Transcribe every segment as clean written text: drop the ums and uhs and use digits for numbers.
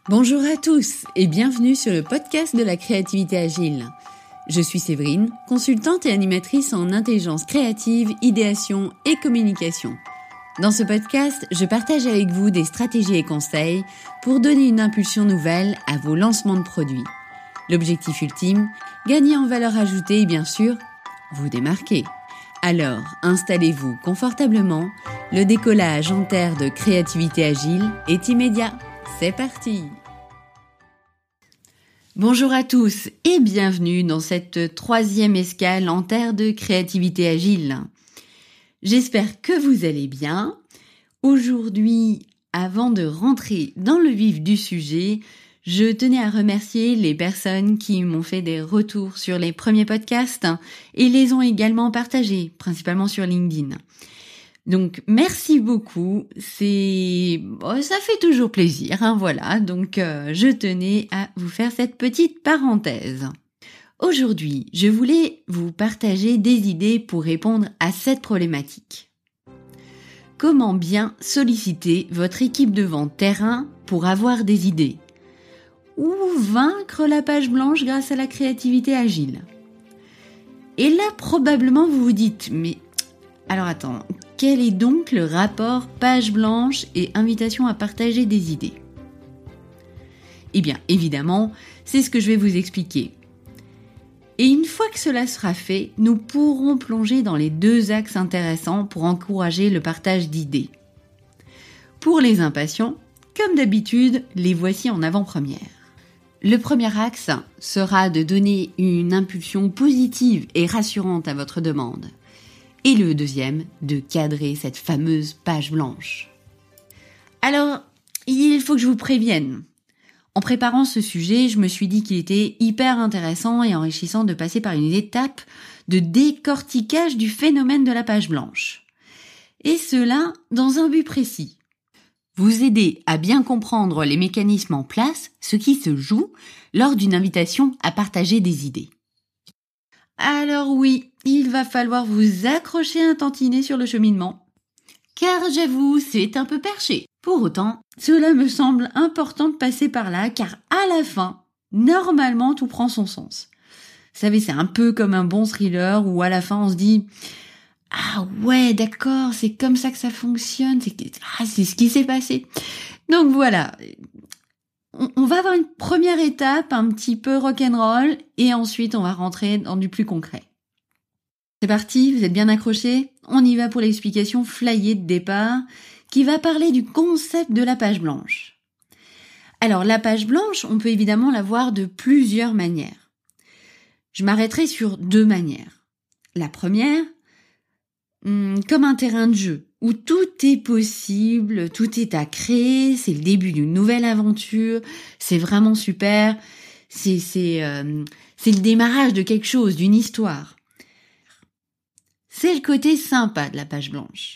Bonjour à tous et bienvenue sur le podcast de la créativité agile. Je suis Séverine, consultante et animatrice en intelligence créative, idéation et communication. Dans ce podcast, je partage avec vous des stratégies et conseils pour donner une impulsion nouvelle à vos lancements de produits. L'objectif ultime, gagner en valeur ajoutée et bien sûr, vous démarquer. Alors, installez-vous confortablement, le décollage en terre de créativité agile est immédiat. C'est parti! Bonjour à tous et bienvenue dans cette troisième escale en terre de créativité agile. J'espère que vous allez bien. Aujourd'hui, avant de rentrer dans le vif du sujet, je tenais à remercier les personnes qui m'ont fait des retours sur les premiers podcasts et les ont également partagés, principalement sur LinkedIn. Donc merci beaucoup, ça fait toujours plaisir, voilà. Donc je tenais à vous faire cette petite parenthèse. Aujourd'hui, je voulais vous partager des idées pour répondre à cette problématique. Comment bien solliciter votre équipe de vente terrain pour avoir des idées? Ou vaincre la page blanche grâce à la créativité agile? Et là, probablement, vous vous dites, mais alors attends, quel est donc le rapport page blanche et invitation à partager des idées? Eh bien, évidemment, c'est ce que je vais vous expliquer. Et une fois que cela sera fait, nous pourrons plonger dans les deux axes intéressants pour encourager le partage d'idées. Pour les impatients, comme d'habitude, les voici en avant-première. Le premier axe sera de donner une impulsion positive et rassurante à votre demande. Et le deuxième, de cadrer cette fameuse page blanche. Alors, il faut que je vous prévienne. En préparant ce sujet, je me suis dit qu'il était hyper intéressant et enrichissant de passer par une étape de décortiquage du phénomène de la page blanche. Et cela dans un but précis. Vous aider à bien comprendre les mécanismes en place, ce qui se joue lors d'une invitation à partager des idées. Alors oui, il va falloir vous accrocher un tantinet sur le cheminement, car j'avoue, c'est un peu perché. Pour autant, cela me semble important de passer par là, car à la fin, normalement, tout prend son sens. Vous savez, c'est un peu comme un bon thriller où à la fin on se dit « Ah ouais, d'accord, c'est comme ça que ça fonctionne, c'est ce qui s'est passé. » Donc voilà. On va avoir une première étape un petit peu rock'n'roll et ensuite on va rentrer dans du plus concret. C'est parti, vous êtes bien accrochés? On y va pour l'explication flyée de départ qui va parler du concept de la page blanche. Alors la page blanche, on peut évidemment la voir de plusieurs manières. Je m'arrêterai sur deux manières. La première, comme un terrain de jeu, où tout est possible, tout est à créer, c'est le début d'une nouvelle aventure, c'est vraiment super, c'est le démarrage de quelque chose, d'une histoire. C'est le côté sympa de la page blanche.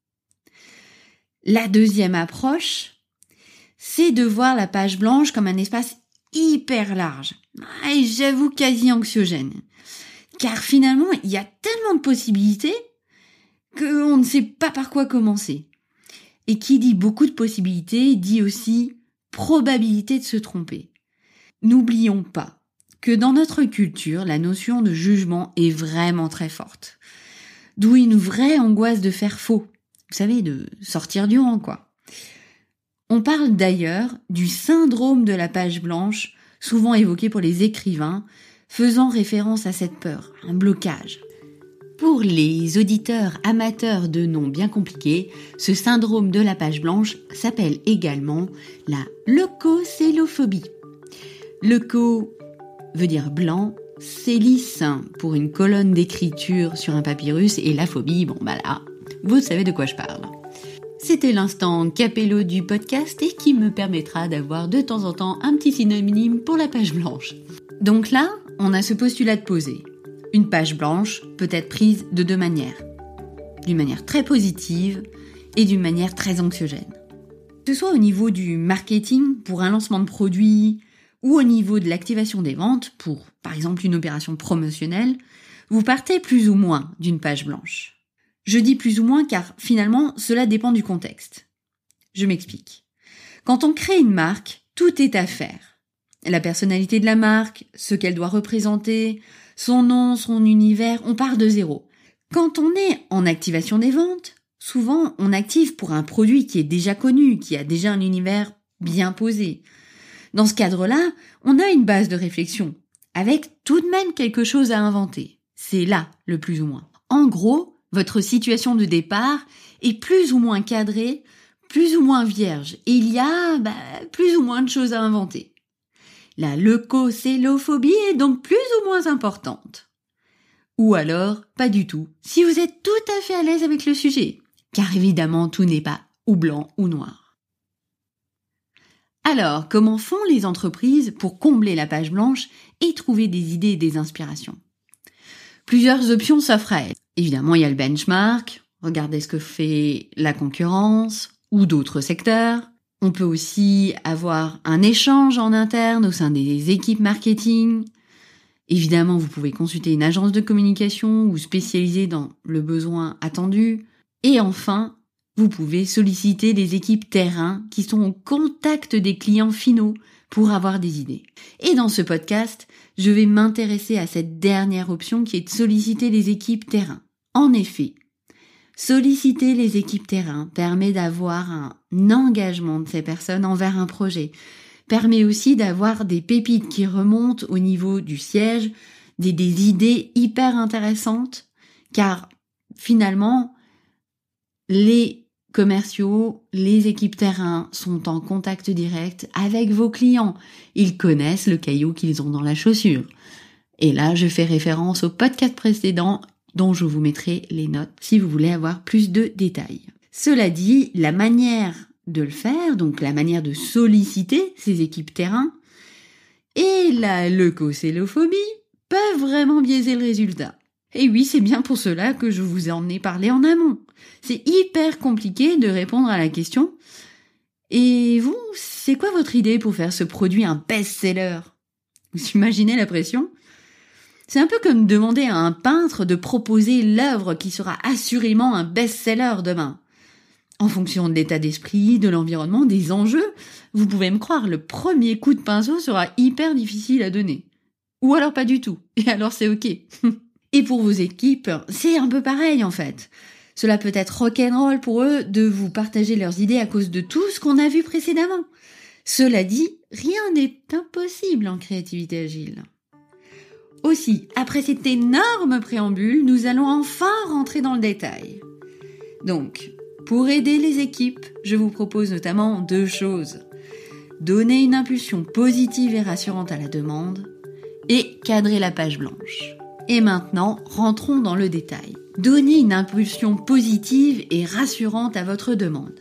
La deuxième approche, c'est de voir la page blanche comme un espace hyper large, et j'avoue quasi anxiogène, car finalement, il y a tellement de possibilités qu'on ne sait pas par quoi commencer. Et qui dit beaucoup de possibilités, dit aussi probabilité de se tromper. N'oublions pas que dans notre culture, la notion de jugement est vraiment très forte. D'où une vraie angoisse de faire faux. Vous savez, de sortir du rang, quoi. On parle d'ailleurs du syndrome de la page blanche, souvent évoqué pour les écrivains, faisant référence à cette peur, un blocage. Pour les auditeurs amateurs de noms bien compliqués, ce syndrome de la page blanche s'appelle également la leucocélophobie. Leuco veut dire blanc, célis pour une colonne d'écriture sur un papyrus et la phobie, là, vous savez de quoi je parle. C'était l'instant capello du podcast et qui me permettra d'avoir de temps en temps un petit synonyme pour la page blanche. Donc là, on a ce postulat de poser. Une page blanche peut être prise de deux manières. D'une manière très positive et d'une manière très anxiogène. Que ce soit au niveau du marketing pour un lancement de produit ou au niveau de l'activation des ventes pour, par exemple, une opération promotionnelle, vous partez plus ou moins d'une page blanche. Je dis plus ou moins car finalement, cela dépend du contexte. Je m'explique. Quand on crée une marque, Tout est à faire. La personnalité de la marque, ce qu'elle doit représenter, son nom, son univers, on part de zéro. Quand on est en activation des ventes, souvent on active pour un produit qui est déjà connu, qui a déjà un univers bien posé. Dans ce cadre-là, on a une base de réflexion, avec tout de même quelque chose à inventer. C'est là, le plus ou moins. En gros, votre situation de départ est plus ou moins cadrée, plus ou moins vierge, et il y a plus ou moins de choses à inventer. La leucocélophobie est donc plus ou moins importante. Ou alors, pas du tout, si vous êtes tout à fait à l'aise avec le sujet, car évidemment tout n'est pas ou blanc ou noir. Alors, comment font les entreprises pour combler la page blanche et trouver des idées et des inspirations ? Plusieurs options s'offrent à elles. Évidemment, il y a le benchmark, regardez ce que fait la concurrence ou d'autres secteurs. On peut aussi avoir un échange en interne au sein des équipes marketing. Évidemment, vous pouvez consulter une agence de communication ou spécialisée dans le besoin attendu. Et enfin, vous pouvez solliciter les équipes terrain qui sont au contact des clients finaux pour avoir des idées. Et dans ce podcast, je vais m'intéresser à cette dernière option qui est de solliciter les équipes terrain. En effet, solliciter les équipes terrain permet d'avoir un engagement de ces personnes envers un projet, permet aussi d'avoir des pépites qui remontent au niveau du siège, des idées hyper intéressantes, car finalement, les commerciaux, les équipes terrain sont en contact direct avec vos clients. Ils connaissent le caillou qu'ils ont dans la chaussure. Et là, je fais référence au podcast précédent dont je vous mettrai les notes si vous voulez avoir plus de détails. Cela dit, la manière de le faire, donc la manière de solliciter ces équipes terrain, et la leucocélophobie peuvent vraiment biaiser le résultat. Et oui, c'est bien pour cela que je vous en ai parlé en amont. C'est hyper compliqué de répondre à la question « Et vous, c'est quoi votre idée pour faire ce produit un best-seller ?» Vous imaginez la pression ? C'est un peu comme demander à un peintre de proposer l'œuvre qui sera assurément un best-seller demain. En fonction de l'état d'esprit, de l'environnement, des enjeux, vous pouvez me croire, le premier coup de pinceau sera hyper difficile à donner. Ou alors pas du tout. Et alors c'est ok. Et pour vos équipes, c'est un peu pareil en fait. Cela peut être rock'n'roll pour eux de vous partager leurs idées à cause de tout ce qu'on a vu précédemment. Cela dit, rien n'est impossible en créativité agile. Aussi, après cet énorme préambule, nous allons enfin rentrer dans le détail. Donc, pour aider les équipes, je vous propose notamment 2 choses. Donner une impulsion positive et rassurante à la demande et cadrer la page blanche. Et maintenant, rentrons dans le détail. Donnez une impulsion positive et rassurante à votre demande.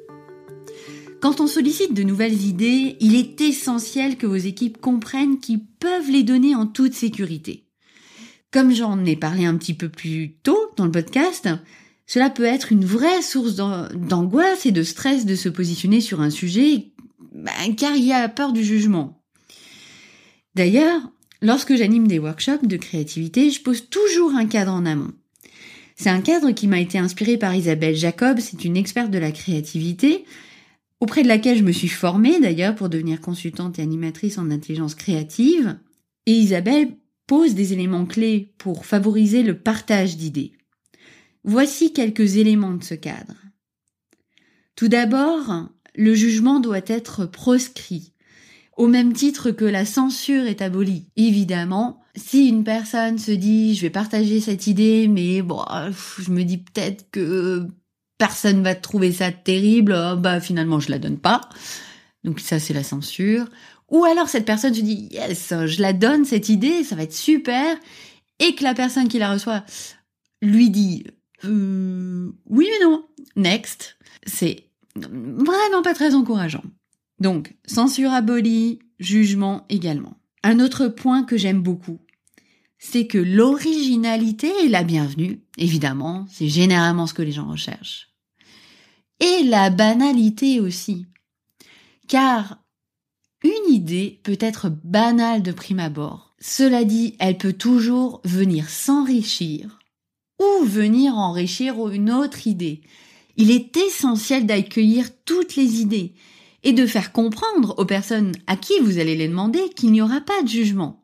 Quand on sollicite de nouvelles idées, il est essentiel que vos équipes comprennent qu'ils peuvent les donner en toute sécurité. Comme j'en ai parlé un petit peu plus tôt dans le podcast, cela peut être une vraie source d'angoisse et de stress de se positionner sur un sujet, car il y a peur du jugement. D'ailleurs, lorsque j'anime des workshops de créativité, je pose toujours un cadre en amont. C'est un cadre qui m'a été inspiré par Isabelle Jacob, c'est une experte de la créativité, auprès de laquelle je me suis formée d'ailleurs pour devenir consultante et animatrice en intelligence créative. Et Isabelle pose des éléments clés pour favoriser le partage d'idées. Voici quelques éléments de ce cadre. Tout d'abord, le jugement doit être proscrit, au même titre que la censure est abolie. Évidemment, si une personne se dit « je vais partager cette idée, mais je me dis peut-être que personne va trouver ça terrible, finalement je la donne pas ». Donc ça c'est la censure. Ou alors cette personne se dit « yes, je la donne cette idée, ça va être super », et que la personne qui la reçoit lui dit « oui mais non, next ». C'est vraiment pas très encourageant. Donc, censure abolie, jugement également. Un autre point que j'aime beaucoup, c'est que l'originalité est la bienvenue. Évidemment, c'est généralement ce que les gens recherchent. Et la banalité aussi. Car une idée peut être banale de prime abord. Cela dit, elle peut toujours venir s'enrichir ou venir enrichir une autre idée. Il est essentiel d'accueillir toutes les idées et de faire comprendre aux personnes à qui vous allez les demander qu'il n'y aura pas de jugement.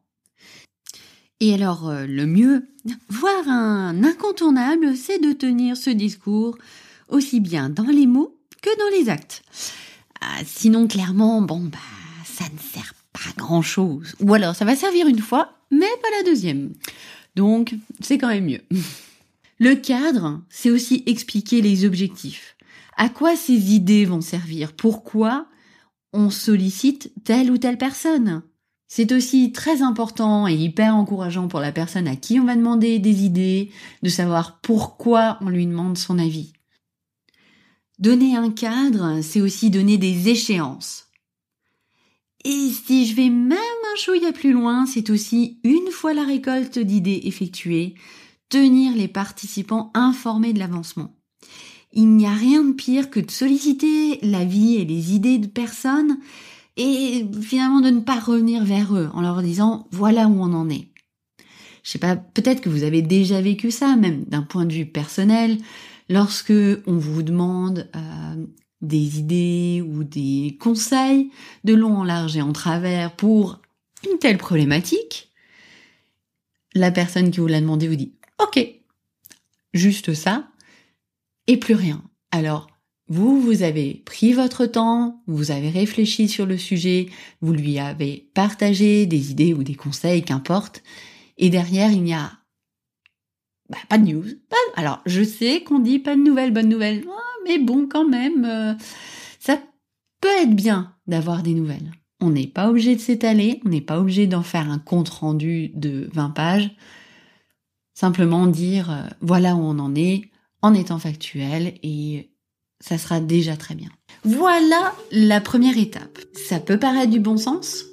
Et alors, le mieux, voire un incontournable, c'est de tenir ce discours aussi bien dans les mots que dans les actes. Sinon, clairement, ça ne sert pas à grand-chose. Ou alors, ça va servir une fois, mais pas la deuxième. Donc, c'est quand même mieux. Le cadre, c'est aussi expliquer les objectifs. À quoi ces idées vont servir? Pourquoi on sollicite telle ou telle personne? C'est aussi très important et hyper encourageant pour la personne à qui on va demander des idées, de savoir pourquoi on lui demande son avis. Donner un cadre, c'est aussi donner des échéances. Et si je vais même un chouïa plus loin, c'est aussi, une fois la récolte d'idées effectuée, tenir les participants informés de l'avancement. Il n'y a rien de pire que de solliciter l'avis et les idées de personnes et finalement de ne pas revenir vers eux en leur disant « voilà où on en est ». Je sais pas, peut-être que vous avez déjà vécu ça, même d'un point de vue personnel, lorsque on vous demande des idées ou des conseils de long en large et en travers pour une telle problématique, la personne qui vous l'a demandé vous dit « ok, juste ça » et plus rien. Alors, vous avez pris votre temps, vous avez réfléchi sur le sujet, vous lui avez partagé des idées ou des conseils, qu'importe, et derrière, il n'y a pas de news. Alors, je sais qu'on dit pas de nouvelles, bonnes nouvelles, mais bon, quand même, ça peut être bien d'avoir des nouvelles. On n'est pas obligé de s'étaler, on n'est pas obligé d'en faire un compte-rendu de 20 pages. Simplement dire, voilà où on en est, en étant factuel, et ça sera déjà très bien. Voilà la première étape. Ça peut paraître du bon sens.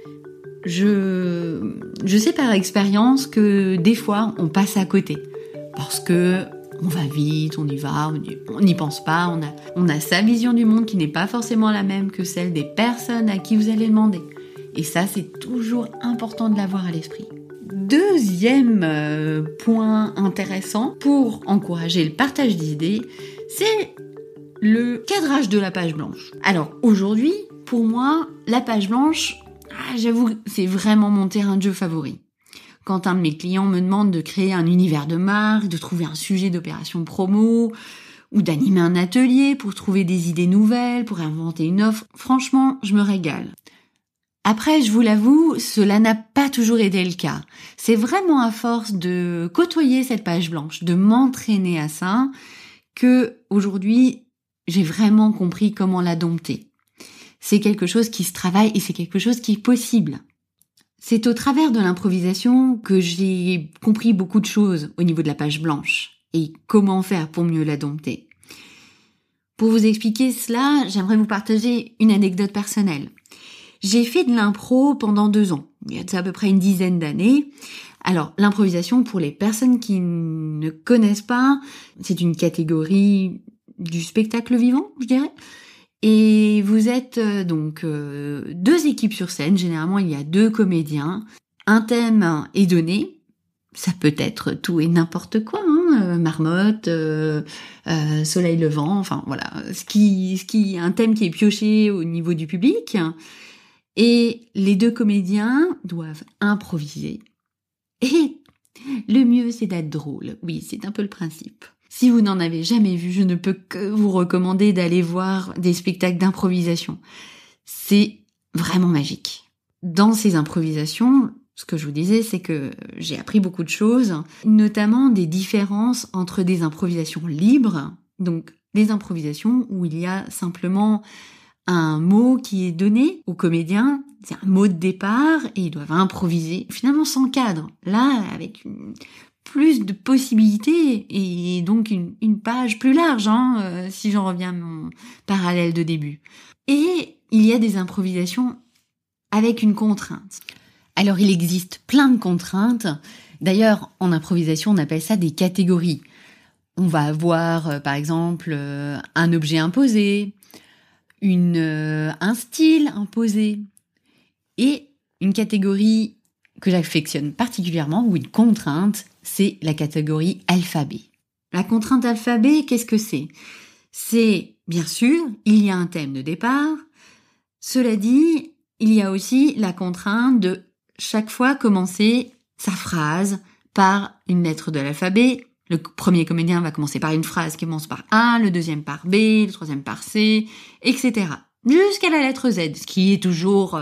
Je sais par expérience que des fois, on passe à côté. Parce que on va vite, on y va, on n'y pense pas, on a sa vision du monde qui n'est pas forcément la même que celle des personnes à qui vous allez demander. Et ça, c'est toujours important de l'avoir à l'esprit. Deuxième point intéressant pour encourager le partage d'idées, c'est le cadrage de la page blanche. Alors aujourd'hui, pour moi, la page blanche, j'avoue, c'est vraiment mon terrain de jeu favori. Quand un de mes clients me demande de créer un univers de marque, de trouver un sujet d'opération promo, ou d'animer un atelier pour trouver des idées nouvelles, pour inventer une offre, franchement, je me régale. Après, je vous l'avoue, cela n'a pas toujours été le cas. C'est vraiment à force de côtoyer cette page blanche, de m'entraîner à ça, que aujourd'hui, j'ai vraiment compris comment la dompter. C'est quelque chose qui se travaille et c'est quelque chose qui est possible. C'est au travers de l'improvisation que j'ai compris beaucoup de choses au niveau de la page blanche et comment faire pour mieux la dompter. Pour vous expliquer cela, j'aimerais vous partager une anecdote personnelle. J'ai fait de l'impro pendant 2 ans, il y a de ça à peu près une dizaine d'années. Alors, l'improvisation, pour les personnes qui ne connaissent pas, c'est une catégorie du spectacle vivant, je dirais. Et vous êtes donc 2 équipes sur scène, généralement il y a 2 comédiens. Un thème est donné, ça peut être tout et n'importe quoi, marmotte, soleil levant, enfin voilà, un thème qui est pioché au niveau du public. Et les 2 comédiens doivent improviser. Et le mieux, c'est d'être drôle. Oui, c'est un peu le principe. Si vous n'en avez jamais vu, je ne peux que vous recommander d'aller voir des spectacles d'improvisation. C'est vraiment magique. Dans ces improvisations, ce que je vous disais, c'est que j'ai appris beaucoup de choses, notamment des différences entre des improvisations libres, donc des improvisations où il y a simplement un mot qui est donné aux comédiens, c'est un mot de départ et ils doivent improviser, finalement sans cadre. Là, avec plus de possibilités et donc une page plus large, si j'en reviens à mon parallèle de début. Et il y a des improvisations avec une contrainte. Alors il existe plein de contraintes. D'ailleurs, en improvisation, on appelle ça des catégories. On va avoir, par exemple, un objet imposé, un style imposé et une catégorie que j'affectionne particulièrement, ou une contrainte, c'est la catégorie alphabet. La contrainte alphabet, qu'est-ce que c'est ? C'est, bien sûr, il y a un thème de départ, Cela dit, il y a aussi la contrainte de chaque fois commencer sa phrase par une lettre de l'alphabet. Le premier comédien va commencer par une phrase qui commence par A, le deuxième par B, le troisième par C, etc. Jusqu'à la lettre Z, ce qui est toujours...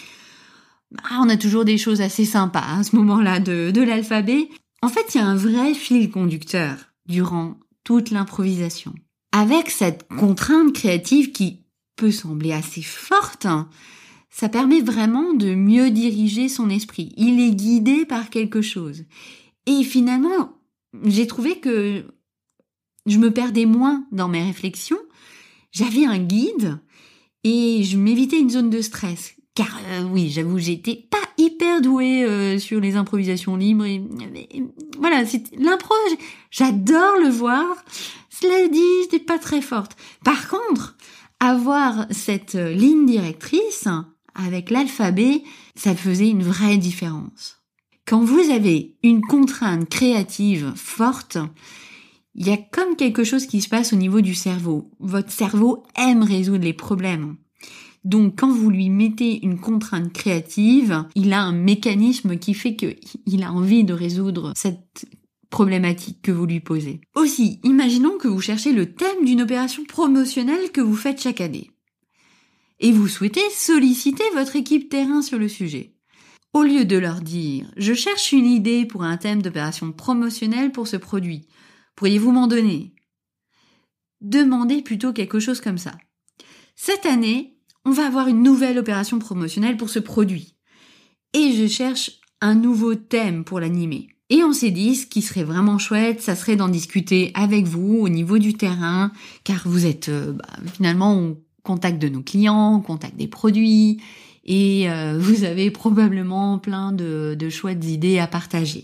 on a toujours des choses assez sympas à ce moment-là de l'alphabet. En fait, il y a un vrai fil conducteur durant toute l'improvisation. Avec cette contrainte créative qui peut sembler assez forte, ça permet vraiment de mieux diriger son esprit. Il est guidé par quelque chose. Et finalement, j'ai trouvé que je me perdais moins dans mes réflexions. J'avais un guide et je m'évitais une zone de stress. Car oui, j'avoue, j'étais pas hyper douée sur les improvisations libres. Voilà, l'impro, j'adore le voir. Cela dit, j'étais pas très forte. Par contre, avoir cette ligne directrice avec l'alphabet, ça faisait une vraie différence. Quand vous avez une contrainte créative forte, il y a comme quelque chose qui se passe au niveau du cerveau. Votre cerveau aime résoudre les problèmes. Donc, quand vous lui mettez une contrainte créative, il a un mécanisme qui fait qu'il a envie de résoudre cette problématique que vous lui posez. Aussi, imaginons que vous cherchez le thème d'une opération promotionnelle que vous faites chaque année. Et vous souhaitez solliciter votre équipe terrain sur le sujet. Au lieu de leur dire « Je cherche une idée pour un thème d'opération promotionnelle pour ce produit. Pourriez-vous m'en donner ?» Demandez plutôt quelque chose comme ça. Cette année, on va avoir une nouvelle opération promotionnelle pour ce produit. Et je cherche un nouveau thème pour l'animer. Et on s'est dit, ce qui serait vraiment chouette, ça serait d'en discuter avec vous au niveau du terrain, car vous êtes finalement au contact de nos clients, au contact des produits, et vous avez probablement plein de chouettes idées à partager.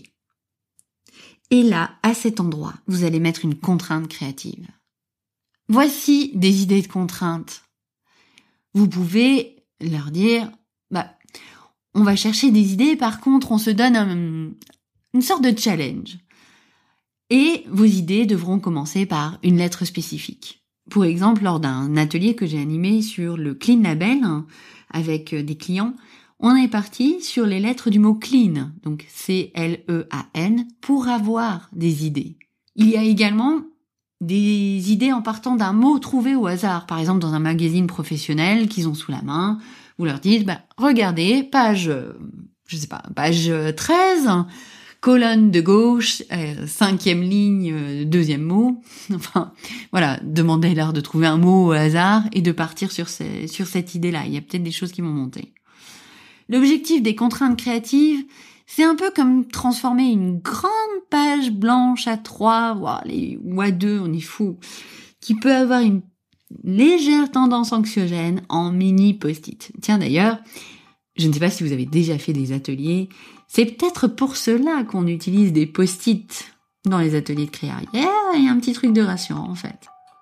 Et là, à cet endroit, vous allez mettre une contrainte créative. Voici des idées de contraintes. Vous pouvez leur dire, on va chercher des idées, par contre, on se donne une sorte de challenge. Et vos idées devront commencer par une lettre spécifique. Pour exemple, lors d'un atelier que j'ai animé sur le Clean Label avec des clients, on est parti sur les lettres du mot clean, donc C-L-E-A-N, pour avoir des idées. Il y a également des idées en partant d'un mot trouvé au hasard, par exemple dans un magazine professionnel qu'ils ont sous la main. Vous leur dites, regardez, page 13, colonne de gauche, 5e ligne, 2e mot. Enfin, voilà, demandez-leur de trouver un mot au hasard et de partir sur cette idée-là. Il y a peut-être des choses qui vont monter. L'objectif des contraintes créatives, c'est un peu comme transformer une grande page blanche A3, ou A2, on est fou, qui peut avoir une légère tendance anxiogène en mini post-it. Tiens d'ailleurs, je ne sais pas si vous avez déjà fait des ateliers, c'est peut-être pour cela qu'on utilise des post-it dans les ateliers de créa. Il y a un petit truc de rassurant en fait.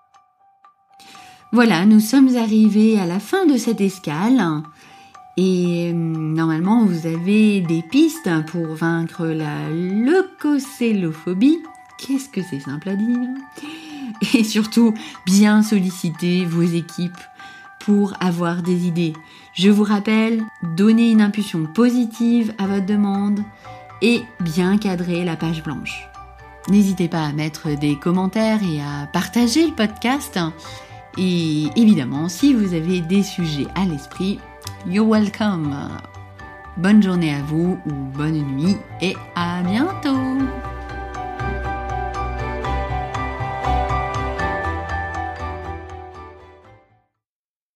Voilà, nous sommes arrivés à la fin de cette escale. Et normalement, vous avez des pistes pour vaincre la leucocélophobie. Qu'est-ce que c'est simple à dire? Et surtout, bien solliciter vos équipes pour avoir des idées. Je vous rappelle, donnez une impulsion positive à votre demande et bien cadrer la page blanche. N'hésitez pas à mettre des commentaires et à partager le podcast. Et évidemment, si vous avez des sujets à l'esprit, you're welcome. Bonne journée à vous ou bonne nuit et à bientôt.